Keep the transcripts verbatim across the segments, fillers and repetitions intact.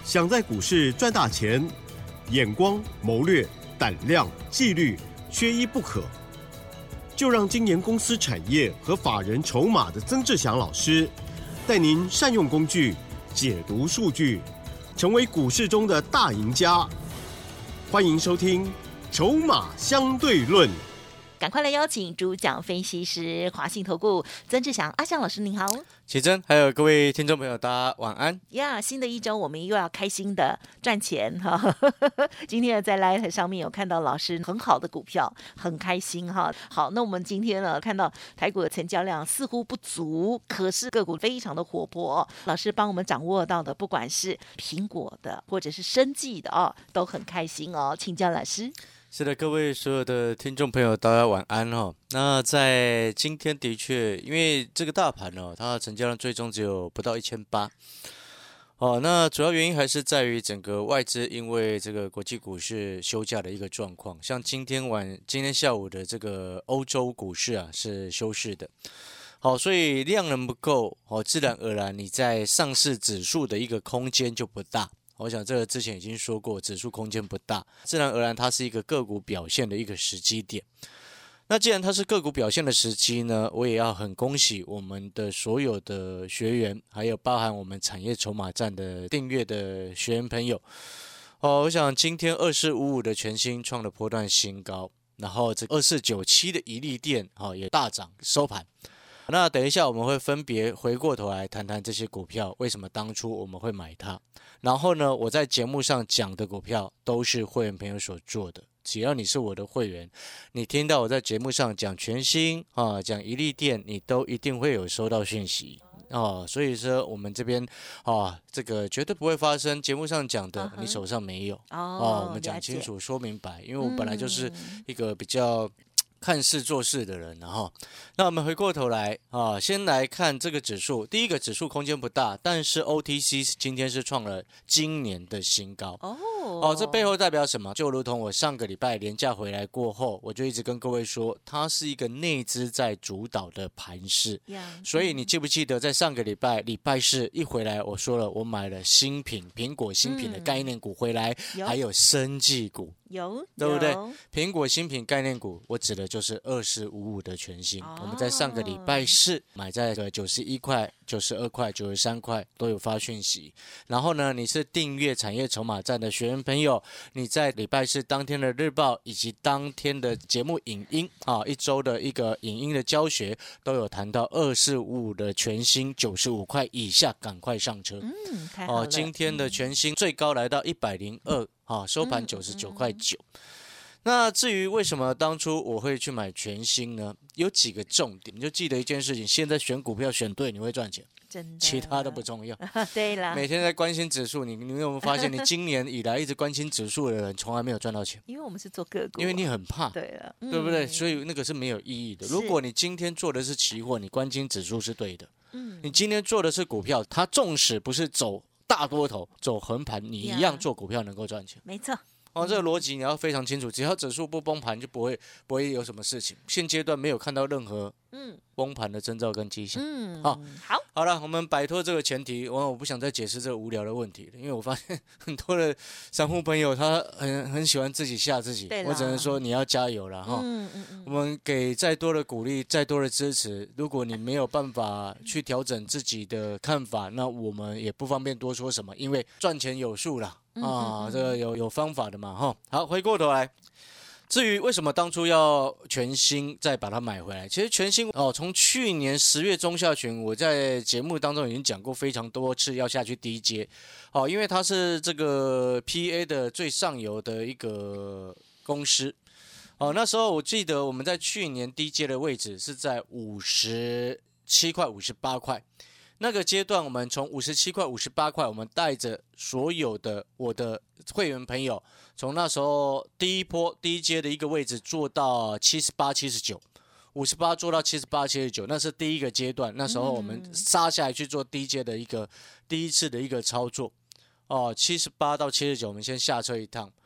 想在股市赚大钱，眼光、谋略、胆量、纪律，缺一不可。就让精研公司产业和法人筹码的曾志祥老师，带您善用工具，解读数据，成为股市中的大赢家。欢迎收听《筹码相对论》。 赶快来邀请主讲分析师华信投顾曾志祥阿祥老师，您好。 启真，还有各位听众朋友，大家晚安呀！ yeah, 新的一周我们又要开心的赚钱哈。今天在 Line 上面有看到老师很好的股票，很开心哈。好，那我们今天呢看到台股的成交量似乎不足，可是个股非常的活泼、哦。老师帮我们掌握到的，不管是苹果的或者是生技的哦，都很开心哦。请教老师。 是的，各位所有的听众朋友，大家晚安哦。那在今天的确，因为这个大盘哦，它的成交量最终只有不到一千八。哦，那主要原因还是在于整个外资因为这个国际股市休假的一个状况，像今天晚、今天下午的这个欧洲股市啊是休市的。好，所以量能不够，哦，自然而然你在上市指数的一个空间就不大。我想这个之前已经说过，指数空间不大，自然而然它是一个个股表现的一个时机点。那既然它是个股表现的时机呢，我也要很恭喜我们的所有的学员，还有包含我们产业筹码站的订阅的学员朋友。哦，我想今天二四五五的全新创了波段新高，然后这二四九七的怡利电哦也大涨收盘。那等一下我们会分别回过头来谈谈这些股票为什么当初我们会买它，然后呢我在节目上讲的股票都是会员朋友所做的，只要你是我的会员，你听到我在节目上讲全新啊，讲怡利电，你都一定会有收到讯息哦。所以说我们这边啊，这个绝对不会发生节目上讲的、uh-huh. 你手上没有哦、啊，我们讲清楚说明白，因为我本来就是一个比较看事做事的人，然后，那我们回过头来啊，先来看这个指数。第一个指数空间不大，但是 O T C 今天是创了今年的新高。哦，哦，这背后代表什么？就如同我上个礼拜连假回来过后，我就一直跟各位说，它是一个内资在主导的盘势。Yeah, 所以你记不记得在上个礼拜礼拜四一回来，我说了，我买了新品苹果新品的概念股回来，嗯、还有生技股。 有， 对不对？苹果新品概念股，我指的就是二四五五的全新、哦。我们在上个礼拜四买在九十一块、九十二块、九十三块都有发讯息。然后呢，你是订阅产业筹码站的学员朋友，你在礼拜四当天的日报以及当天的节目影音啊，一周的一个影音的教学都有谈到二四五五的全新九十五块以下，赶快上车。 嗯，太好了。 哦，今天的全新最高来到一百零二。啊，收盘九十九块九。那至于为什么当初我会去买全新呢？有几个重点，你就记得一件事情：现在选股票选对，你会赚钱， 真的， 其他都不重要。 对啦， 每天在关心指数，你你有没有发现，你今年以来一直关心指数的人，从来没有赚到钱？ 因为我们是做个股， 因为你很怕， 对了，嗯、 对不对？所以那个是没有意义的。如果你今天做的是期货，你关心指数是对的。嗯，你今天做的是股票，它纵使不是走大多头、走横盘，你一样做股票能够赚钱。 没错。 哦，这个逻辑你要非常清楚，只要指数不崩盘，就不会不会有什么事情。现阶段没有看到任何嗯崩盘的征兆跟迹象。嗯，好， 好， 好了，我们摆脱这个前提，我我不想再解释这个无聊的问题了，因为我发现很多的散户朋友他很很喜欢自己吓自己，我只能说你要加油了哈。嗯嗯嗯，我们给再多的鼓励，再多的支持，如果你没有办法去调整自己的看法，那我们也不方便多说什么，因为赚钱有数啦。啊，这个有有方法的嘛，哈。好，回过头来，至于为什么当初要全新再把它买回来，其实全新哦，从去年十月中下旬，我在节目当中已经讲过非常多次要下去低阶，哦，因为它是这个 P A 的最上游的一个公司，哦，那时候我记得我们在去年低阶的位置是在五十七块、五十八块。那个阶段，我们从五十七块、五十八块，我们带着所有的我的会员朋友，从那时候第一波第一阶的一个位置做到七十八、七十九，五十八做到七十八、七十九，那是第一个阶段。那时候我们杀下来去做低阶的一个第一次的一个操作，哦，七十八到七十九，我们先下车一趟。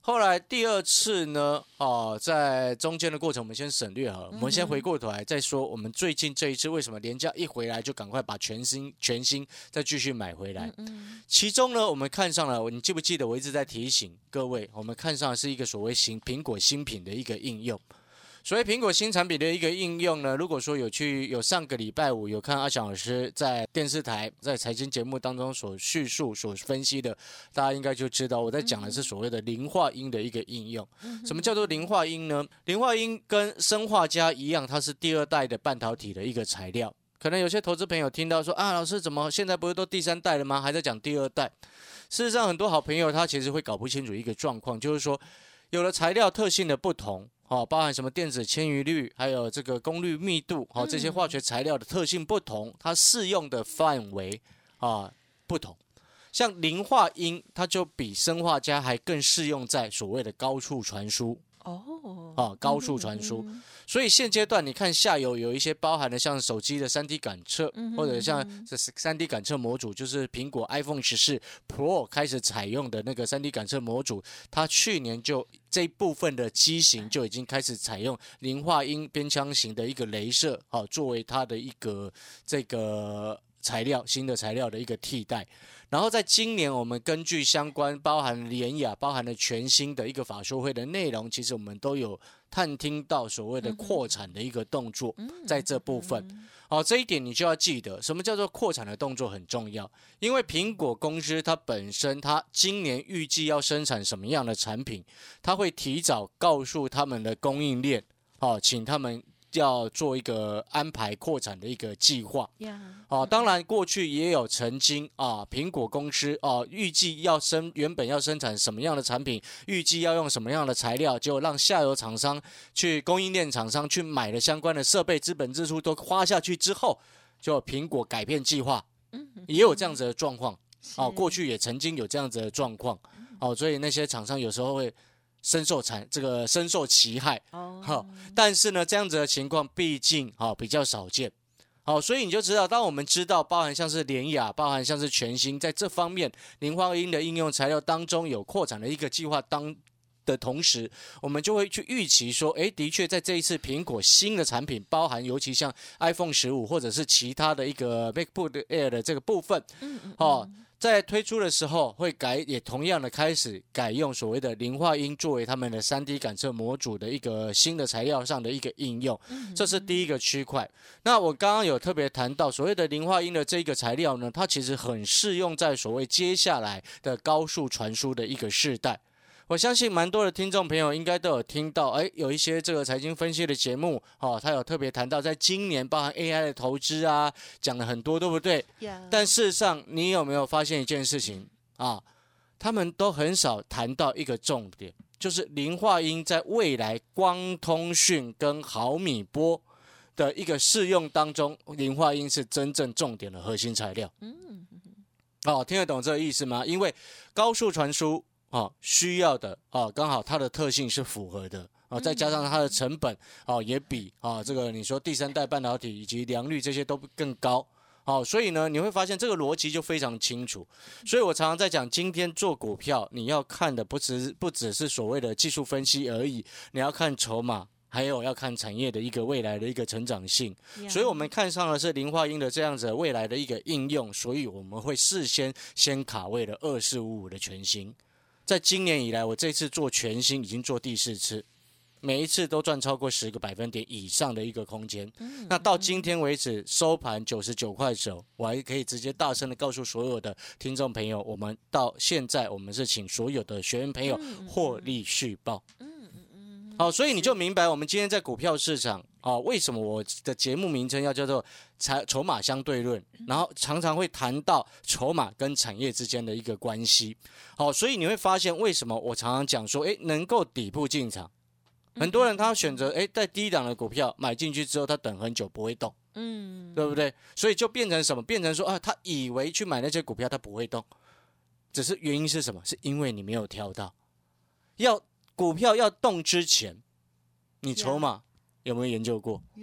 后来第二次呢，哦，在中间的过程我们先省略好了，我们先回过头来再说，我们最近这一次为什么连假一回来就赶快把全新全新再继续买回来？其中呢，我们看上了，你记不记得我一直在提醒各位，我们看上的是一个所谓新苹果新品的一个应用。所谓苹果新产品的一个应用呢，如果说有去有上个礼拜五有看阿翔老师在电视台在财经节目当中所叙述所分析的，大家应该就知道我在讲的是所谓的磷化铟的一个应用。什么叫做磷化铟呢？磷化铟跟砷化镓一样，它是第二代的半导体的一个材料。可能有些投资朋友听到说啊，老师怎么现在不是都第三代了吗？还在讲第二代？事实上，很多好朋友他其实会搞不清楚一个状况，就是说有了材料特性的不同。哦，包含什么电子迁移率，还有这个功率密度，哦，这些化学材料的特性不同，它适用的范围啊不同。像磷化铟，它就比砷化镓还更适用在所谓的高速传输。哦，啊，高速传输。嗯嗯嗯所以现阶段你看下游有一些包含的像手机的 三 D 感测，嗯嗯嗯或者像这 三 D 感测模组，就是苹果 iPhone 十四 Pro 开始采用的那个 三 D 感测模组，它去年就这一部分的机型就已经开始采用磷化铟边腔型的一个雷射，好，作为它的一个这个材料新的材料的一个替代。然后在今年，我们根据相关包含联雅、包含了全新的一个法说会的内容，其实我们都有探听到所谓的扩产的一个动作，在这部分。好，这一点你就要记得，什么叫做扩产的动作很重要，因为苹果公司它本身，它今年预计要生产什么样的产品，它会提早告诉他们的供应链，好，请他们要做一个安排扩产的一个计划。Yeah. 哦，当然过去也有曾经啊，苹果公司啊预计要生原本要生产什么样的产品，预计要用什么样的材料，结果让下游厂商去供应链厂商去买了相关的设备，资本支出都花下去之后，就苹果改变计划，也有这样子的状况。哦，过去也曾经有这样子的状况。哦，所以那些厂商有时候会深受产这个深受其害，好、oh. 但是呢，这样子的情况毕竟好、哦、比较少见，好、哦，所以你就知道，当我们知道包含像是联雅，包含像是全新，在这方面磷化铟的应用材料当中有扩展的一个计划当的同时，我们就会去预期说，哎，的确在这一次苹果新的产品，包含尤其像 iPhone 十五或者是其他的一个 MacBook Air 的这个部分，嗯嗯哦。在推出的时候会改，也同样的开始改用所谓的磷化铟作为他们的 三 D 感测模组的一个新的材料上的一个应用，这是第一个区块。那我刚刚有特别谈到所谓的磷化铟的这个材料呢，它其实很适用在所谓接下来的高速传输的一个世代。我相信蛮多的听众朋友应该都有听到，哎，有一些这个财经分析的节目，哦，他有特别谈到，在今年包含 A I 的投资啊，讲了很多，对不对？ Yeah. 但事实上，你有没有发现一件事情啊？他们都很少谈到一个重点，就是磷化铟在未来光通讯跟毫米波的一个适用当中，磷化铟是真正重点的核心材料。嗯，哦，听得懂这个意思吗？因为高速传输。哦，需要的哦，刚好它的特性是符合的哦，再加上它的成本哦，也比啊、哦、这个你说第三代半导体以及良率这些都更高。好、哦，所以呢，你会发现这个逻辑就非常清楚。所以我常常在讲，今天做股票，你要看的不只不只是所谓的技术分析而已，你要看筹码。还有要看产业的一个未来的一个成长性， yeah. 所以我们看上的是磷化铟的这样子未来的一个应用，所以我们会事先先卡位了二四五五的全新。在今年以来，我这次做全新已经做第四次，每一次都赚超过十个百分点以上的一个空间。嗯、那到今天为止收盘九十九块九，我还可以直接大声的告诉所有的听众朋友，我们到现在我们是请所有的学员朋友获利续报。嗯好，所以你就明白我们今天在股票市场啊，为什么我的节目名称要叫做筹码相对论，然后常常会谈到筹码跟产业之间的一个关系。好，所以你会发现为什么我常常讲说，哎，能够底部进场，很多人他选择哎在低档的股票买进去之后，他等很久不会动，嗯，对不对？所以就变成什么？变成说啊，他以为去买那些股票他不会动，只是原因是什么？是因为你没有挑到，要。股票要动之前，你筹码有没有研究过？有。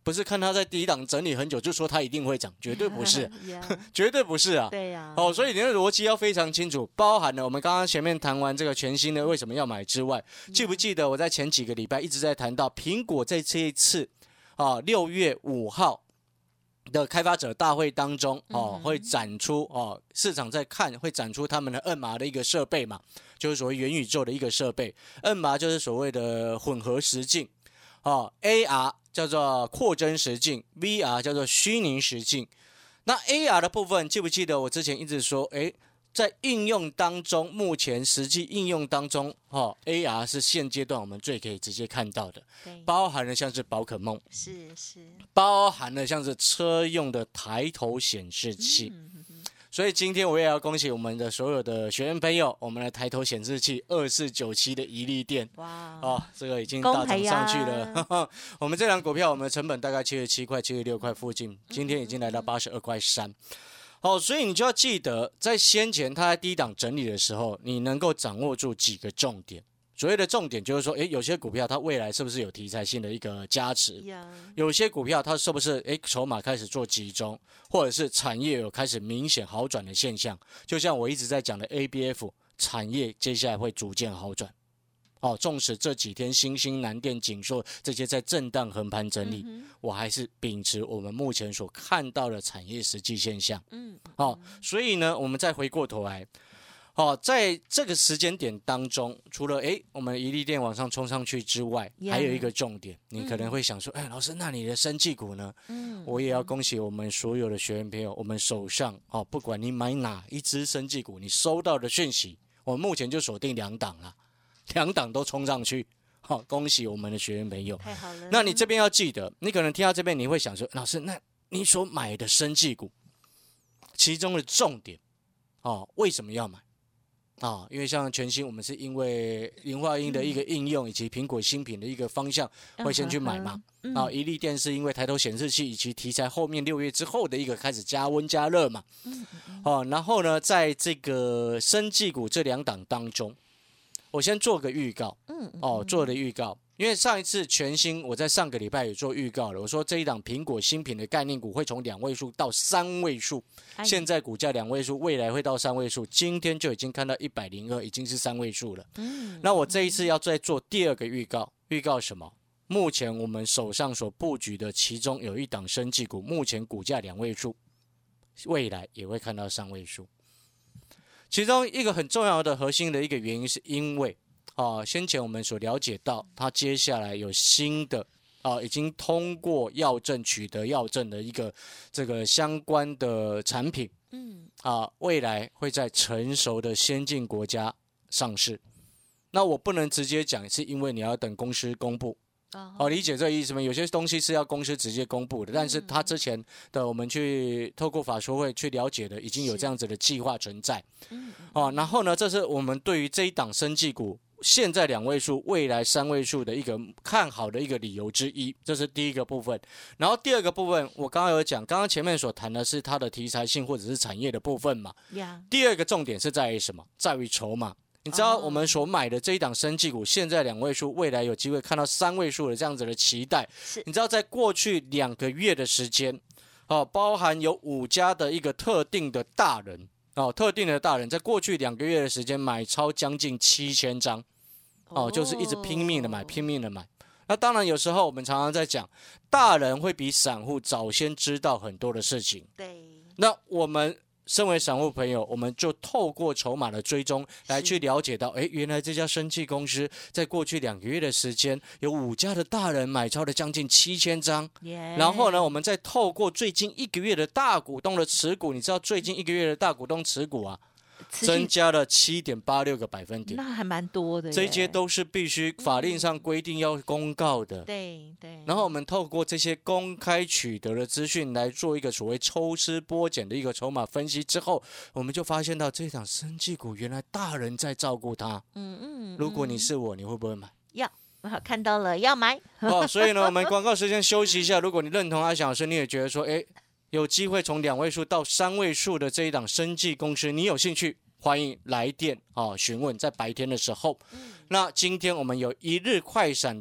不是看它在低档整理很久就说它一定会涨，绝对不是， yeah, 绝对不是啊。 对呀、啊。 哦，所以你的逻辑要非常清楚，包含了我们刚刚前面谈完这个全新的为什么要买之外，记不记得我在前几个礼拜一直在谈到苹果在这一次啊六月五号的开发者大会当中哦，会展出哦，市场在看会展出他们的 N R 的一个设备嘛，就是所谓元宇宙的一个设备 ，N R 就是所谓的混合实境，哦 ，A R 叫做扩增实境 ，V R 叫做虚拟实境。那 A R 的部分，记不记得我之前一直说，哎，在应用当中，目前实际应用当中，哦 ，A R 是现阶段我们最可以直接看到的，包含了像是宝可梦， 是是， 包含了像是车用的抬头显示器。嗯所以今天我也要恭喜我们的所有的学员朋友，我们的抬头显示器二四九七的怡利电，哇，哦，这个已经大涨上去了。我们这档股票，我们的成本大概七十七块、七十六块附近，今天已经来到八十二块三。哦，所以你就要记得，在先前它在低档整理的时候，你能够掌握住几个重点。所谓的重点就是说，诶，有些股票它未来是不是有题材性的一个加持？ Yeah. 有些股票它是不是诶筹码开始做集中，或者是产业有开始明显好转的现象？就像我一直在讲的 A B F 产业接下来会逐渐好转。哦，纵使这几天新兴、南电、景硕这些在震荡横盘整理，嗯、我还是秉持我们目前所看到的产业实际现象。嗯，哦，所以呢，我们再回过头来。好、哦，在这个时间点当中，除了诶我们怡利电往上冲上去之外， yeah. 还有一个重点，你可能会想说，哎、嗯，老师，那你的生技股呢？嗯，我也要恭喜我们所有的学员朋友，我们手上哦，不管你买哪一支生技股，你收到的讯息，我们目前就锁定两档了，两档都冲上去。好、哦，恭喜我们的学员朋友， 太好了。 那你这边要记得，你可能听到这边，你会想说，老师，那你所买的生技股，其中的重点，哦，为什么要买？啊、哦，因为像全新，我们是因为磷化铟的一个应用，以及苹果新品的一一个方向，会先去买嘛。嗯、啊，怡利电是因为抬头显示器以及题材后面六月之后的一个开始加温加热嘛。嗯嗯、哦，然后呢，在这个生技股这两档当中，我先做个预告。嗯，哦，做的预告。因为上一次全新，我在上个礼拜也做预告了，我说这一档苹果新品的概念股会从两位数到三位数，现在股价两位数，未来会到三位数，今天就已经看到一百零二，已经是三位数了。嗯，那我这一次要再做第二个预告，预告什么？目前我们手上所布局的其中有一档生技股，目前股价两位数，未来也会看到三位数。其中一个很重要的核心的一个原因，是因为啊，先前我们所了解到，它接下来有新的啊，已经通过药证取得药证的一个这个相关的产品，嗯，啊，未来会在成熟的先进国家上市。那我不能直接讲，是因为你要等公司公布。好、哦，理解这个意思吗？有些东西是要公司直接公布的，但是它之前的我们去透过法说会去了解的，已经有这样子的计划存在。哦，然后呢，这是我们对于这一档生技股现在两位数、未来三位数的一个看好的一个理由之一，这是第一个部分。然后第二个部分，我刚刚有讲，刚刚前面所谈的是它的题材性或者是产业的部分嘛。Yeah. 第二个重点是在于什么？在于筹码。你知道我们所买的这一档生技股，现在两位数，未来有机会看到三位数的这样子的期待。你知道在过去两个月的时间，哦，包含有五家的一个特定的大人，哦，特定的大人在过去两个月的时间买超将近七千张，哦，就是一直拼命的买，拼命的买。那当然有时候我们常常在讲，大人会比散户早先知道很多的事情。对。那我们身为散户朋友，我们就透过筹码的追踪来去了解到，哎，原来这家生技公司在过去两个月的时间，有五家的大人买超了将近七千张。Yeah. 然后呢，我们再透过最近一个月的大股东的持股，你知道最近一个月的大股东持股啊，增加了 七点八六 个百分点， 那还蛮多的耶。 这些都是必须法令上规定要公告的。 对对。 然后我们透过这些公开取得的资讯来做一个所谓抽丝剥茧的一个筹码分析之后，我们就发现到这档生技股原来大人在照顾它。嗯嗯。如果你是我，你会不会买？ 要。看到了，要买。 哦，所以呢，我们广告时间休息一下。如果你认同阿翔老师，你也觉得说，哎，有机会从两位数到三位数的这一档生技公司，你有兴趣，欢迎来电啊询问，在白天的时候。嗯、那今天我们有一日快闪的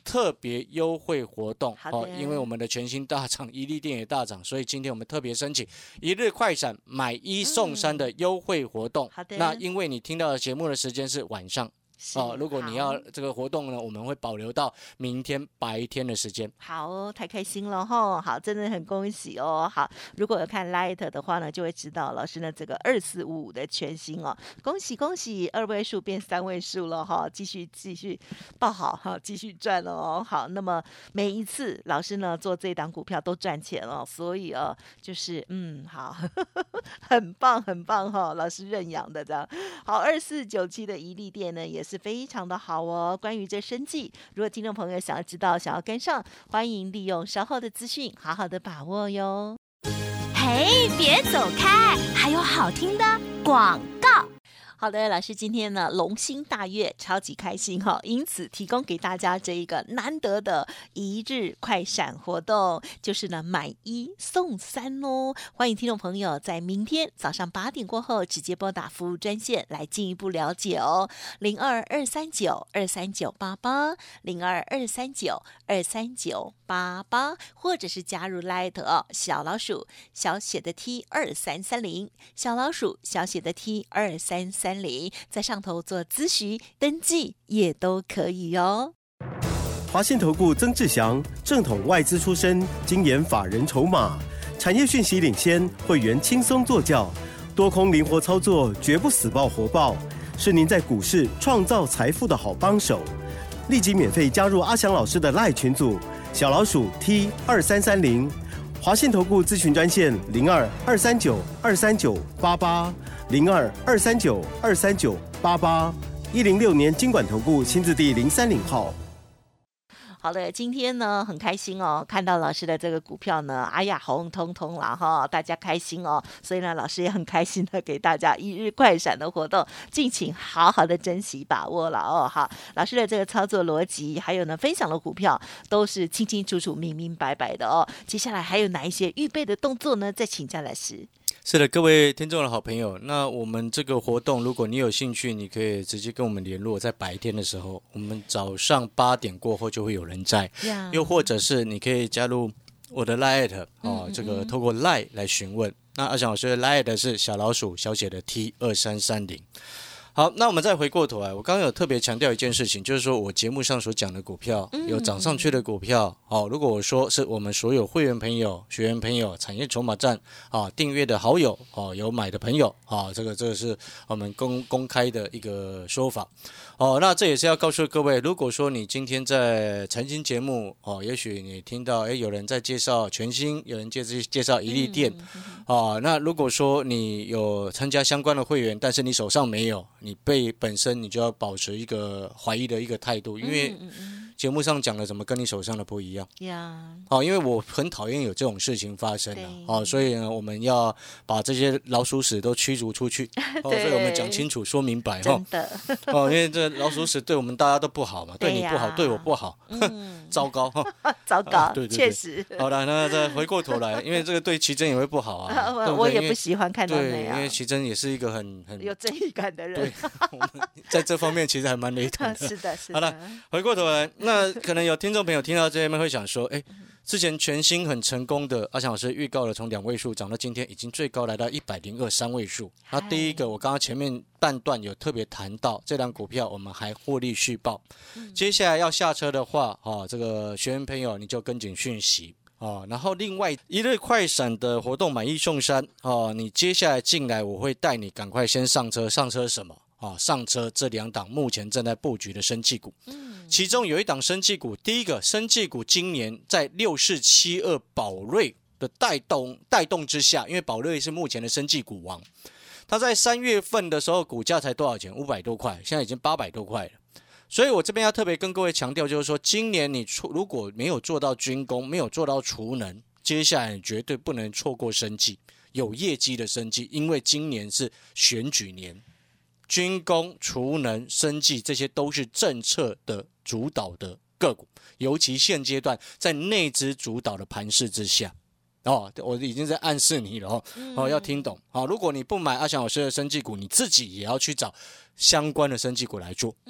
特别优惠活动哦， 因为我们的全新大涨，一利店也大涨，所以今天我们特别申请一日快闪买一送三的优惠活动。 嗯、好的， 那因为你听到的节目的时间是晚上。哦，如果你要这个活动呢，我们会保留到明天白天的时间。 好哦，太开心了哈！好，真的很恭喜哦。好，如果有看 Light 的话呢，就会知道老师呢这个二四五五的全新哦，恭喜恭喜，二位数变三位数了哈，继续继续报好哈，继续赚了哦。好，那么每一次老师呢做这档股票都赚钱了，所以哦，就是嗯好，很棒很棒哈、哦，老师认养的这样。好，二四九七的一利店呢也是非常的好哦。关于这生技，如果听众朋友想要知道、想要跟上，欢迎利用稍后的资讯，好好的把握哟。 嘿，别走开，还有好听的广告。 好的，老师今天呢龙心大悦，超级开心哈、哦，因此提供给大家这一个难得的一日快闪活动，就是呢买一送三哦。欢迎听众朋友在明天早上八点过后直接拨打服务专线来进一步了解哦，零二二三九二三九八八，零二二三九二三九八八，或者是加入 Light 哦，小老鼠小写的 T 二三三零，小老鼠小写的 T 二三三零，在上头做咨询登记也都可以哦。 华信投顾曾志祥，正统外资出身，精研法人筹码，产业讯息领先，会员轻松做教，多空灵活操作，绝不死抱活抱，是您在股市创造财富的好帮手。立即免费加入阿翔老师的 LINE 群组，小老鼠 T 二三三零，华信投顾咨询专线零二二三九二三九八八。零二二三九二三九八八，一零六年金管投顾新字第零三零号。 好的，今天呢很开心哦，看到老师的这个股票呢，哎呀红彤彤啦哈，大家开心哦，所以呢老师也很开心的给大家一日快闪的活动，敬请好好的珍惜把握了哦。好，老师的这个操作逻辑，还有呢分享的股票都是清清楚楚、明明白白的哦。接下来还有哪一些预备的动作呢？再请教老师。 是的，各位听众的好朋友，那我们这个活动，如果你有兴趣，你可以直接跟我们联络，在白天的时候，我们早上八点过后就会有人在， yeah. 又或者是你可以加入我的 Line 哦，这个透过 Line 来询问。那阿翔老师的 Line 是小老鼠小写的 T 二三三零。好，那我们再回过头来，我刚刚有特别强调一件事情，就是说我节目上所讲的股票，有涨上去的股票，哦，如果我说是我们所有会员朋友、学员朋友、产业筹码站啊订阅的好友，哦，有买的朋友，啊，这个这个是我们公公开的一个说法，哦，那这也是要告诉各位，如果说你今天在财经节目，哦，也许你听到，哎，有人在介绍全新，有人介介绍一利店，哦，那如果说你有参加相关的会员，但是你手上没有，你被本身你就要保持一个怀疑的一个态度，因为节目上讲的怎么跟你手上的不一样呀？哦，因为我很讨厌有这种事情发生啊，哦，所以呢，我们要把这些老鼠屎都驱逐出去，哦，所以我们讲清楚、说明白， 真的哦，因为这老鼠屎对我们大家都不好嘛，对你不好，对我不好，嗯、糟糕， 糟糕， 啊、对对对， 确实。 好了，那再回过头来，因为这个对奇珍也会不好啊， 我, 我也不喜欢看到那样， 对，因为奇珍也是一个很很有正义感的人。 对，我们在这方面其实还蛮雷同的。 是的，是的。 好了，回过头来，那可能有听众朋友听到这边会想说，哎，之前全新很成功的阿翔老师预告了，从两位数涨到今天已经最高来到一百零二三位数。那第一个，我刚刚前面半段有特别谈到，这档股票我们还获利续报。嗯、接下来要下车的话，哦，这个学员朋友你就跟紧讯息。哦，然后另外一日快闪的活动买一送三哦，你接下来进来，我会带你赶快先上车，上车什么？啊、哦，上车这两档目前正在布局的生技股，嗯，其中有一档生技股，第一个生技股今年在六四七二宝瑞的带动带动之下，因为宝瑞是目前的生技股王，它在三月份的时候股价才多少钱？五百多块，现在已经八百多块了。所以我这边要特别跟各位强调，就是说，今年你如果没有做到军工，没有做到储能，接下来你绝对不能错过生技，有业绩的生技，因为今年是选举年，军工、储能、生技这些都是政策的主导的个股，尤其现阶段在内资主导的盘势之下。哦，我已经在暗示你了哦，哦要听懂。好、哦，如果你不买阿翔老师的生技股，你自己也要去找相关的生技股来做。嗯。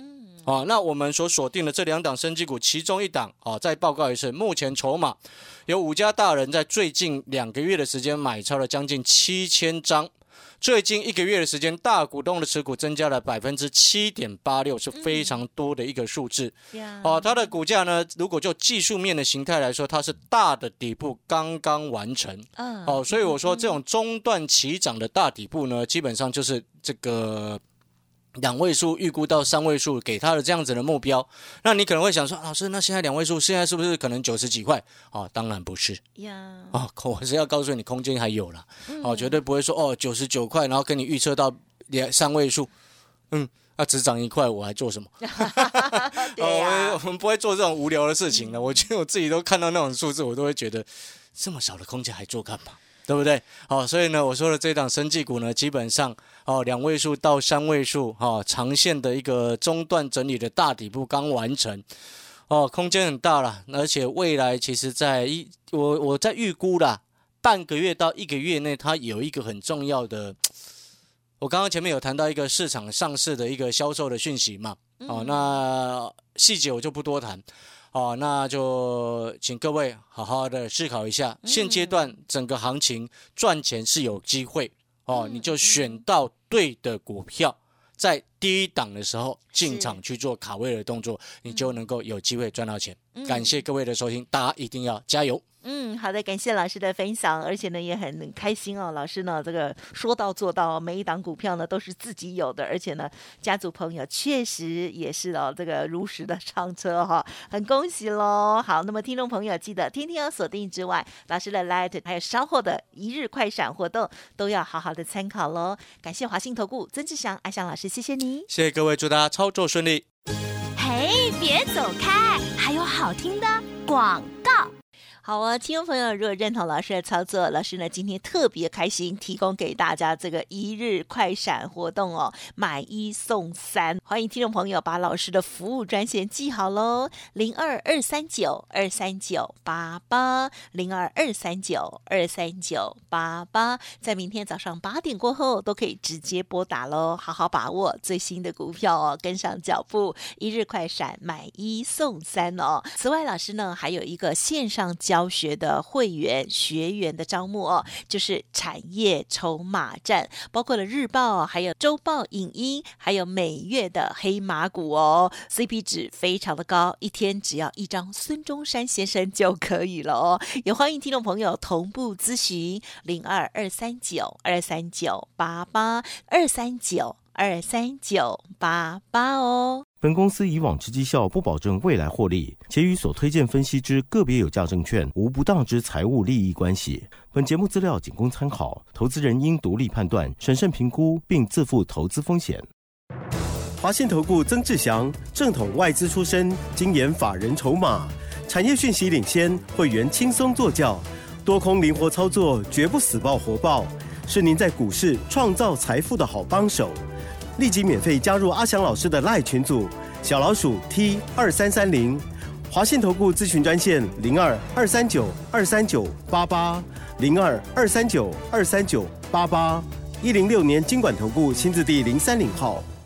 啊，那我们所锁定的这两档生技股，其中一档啊，再报告一次，目前筹码有五家大人在最近两个月的时间买超了将近七千张，最近一个月的时间，大股东的持股增加了百分之七点八六，是非常多的一个数字。嗯、哦，它的股价呢，如果就技术面的形态来说，它是大的底部刚刚完成。嗯，哦，所以我说这种中段起涨的大底部呢，基本上就是这个。两位数预估到三位数，给他的这样子的目标，那你可能会想说，老师，那现在两位数，现在是不是可能九十几块？哦，当然不是呀。哦，我是要告诉你，空间还有啦。哦，绝对不会说哦九十九块，然后跟你预测到两三位数，嗯，那、啊、只涨一块，我还做什么？对啊、哦，我们不会做这种无聊的事情的。我觉得我自己都看到那种数字，我都会觉得这么少的空间还做干嘛？对不对？好、哦，所以呢，我说的这档生技股呢，基本上哦两位数到三位数，哦长线的一个中段整理的大底部刚完成，哦空间很大啦，而且未来其实在一我我在预估啦，半个月到一个月内，它有一个很重要的，我刚刚前面有谈到一个市场上市的一个销售的讯息嘛，哦那细节我就不多谈。哦，那就请各位好好的思考一下，现阶段整个行情赚钱是有机会哦，你就选到对的股票，在低档的时候进场去做卡位的动作，你就能够有机会赚到钱。感谢各位的收听，大家一定要加油。 嗯，好的，感谢老师的分享，而且呢也很开心哦。老师呢这个说到做到，每一档股票呢都是自己有的，而且呢家族朋友确实也是哦这个如实的上车哈、哦，很恭喜喽。好，那么听众朋友记得天天要锁定之外，老师的 Light 还有稍后的一日快闪活动都要好好的参考喽。感谢华信投顾曾志祥阿翔老师，谢谢你， 谢谢各位，祝大家操作顺利。 嘿，别走开，还有好听的广告。 好啊，听众朋友，如果认同老师的操作，老师呢今天特别开心，提供给大家这个一日快闪活动哦，买一送三，欢迎听众朋友把老师的服务专线记好喽，零二二三九二三九八八，零二二三九二三九八八，在明天早上八点过后都可以直接拨打喽，好好把握最新的股票哦，跟上脚步，一日快闪买一送三哦。此外，老师呢还有一个线上教教学的会员学员的招募哦，就是产业筹码战，包括了日报、还有周报影音，还有每月的黑马股哦 ，C P 值非常的高，一天只要一张孙中山先生就可以了哦。也欢迎听众朋友同步咨询零二二三九二三九八八二三九二三九八八哦。 本公司以往之绩效不保证未来获利，且与所推荐分析之个别有价证券无不当之财务利益关系。本节目资料仅供参考，投资人应独立判断、审慎评估，并自负投资风险。华信投顾曾志祥，正统外资出身，精研法人筹码，产业讯息领先，会员轻松做教，多空灵活操作，绝不死抱活抱，是您在股市创造财富的好帮手。立即免费加入阿翔老师的 LINE 群组，小老鼠 T 二三三零，华信投顾咨询专线零二二三九二三九八八零二二三九二三九八八，一零六年金管投顾新字第零三零号。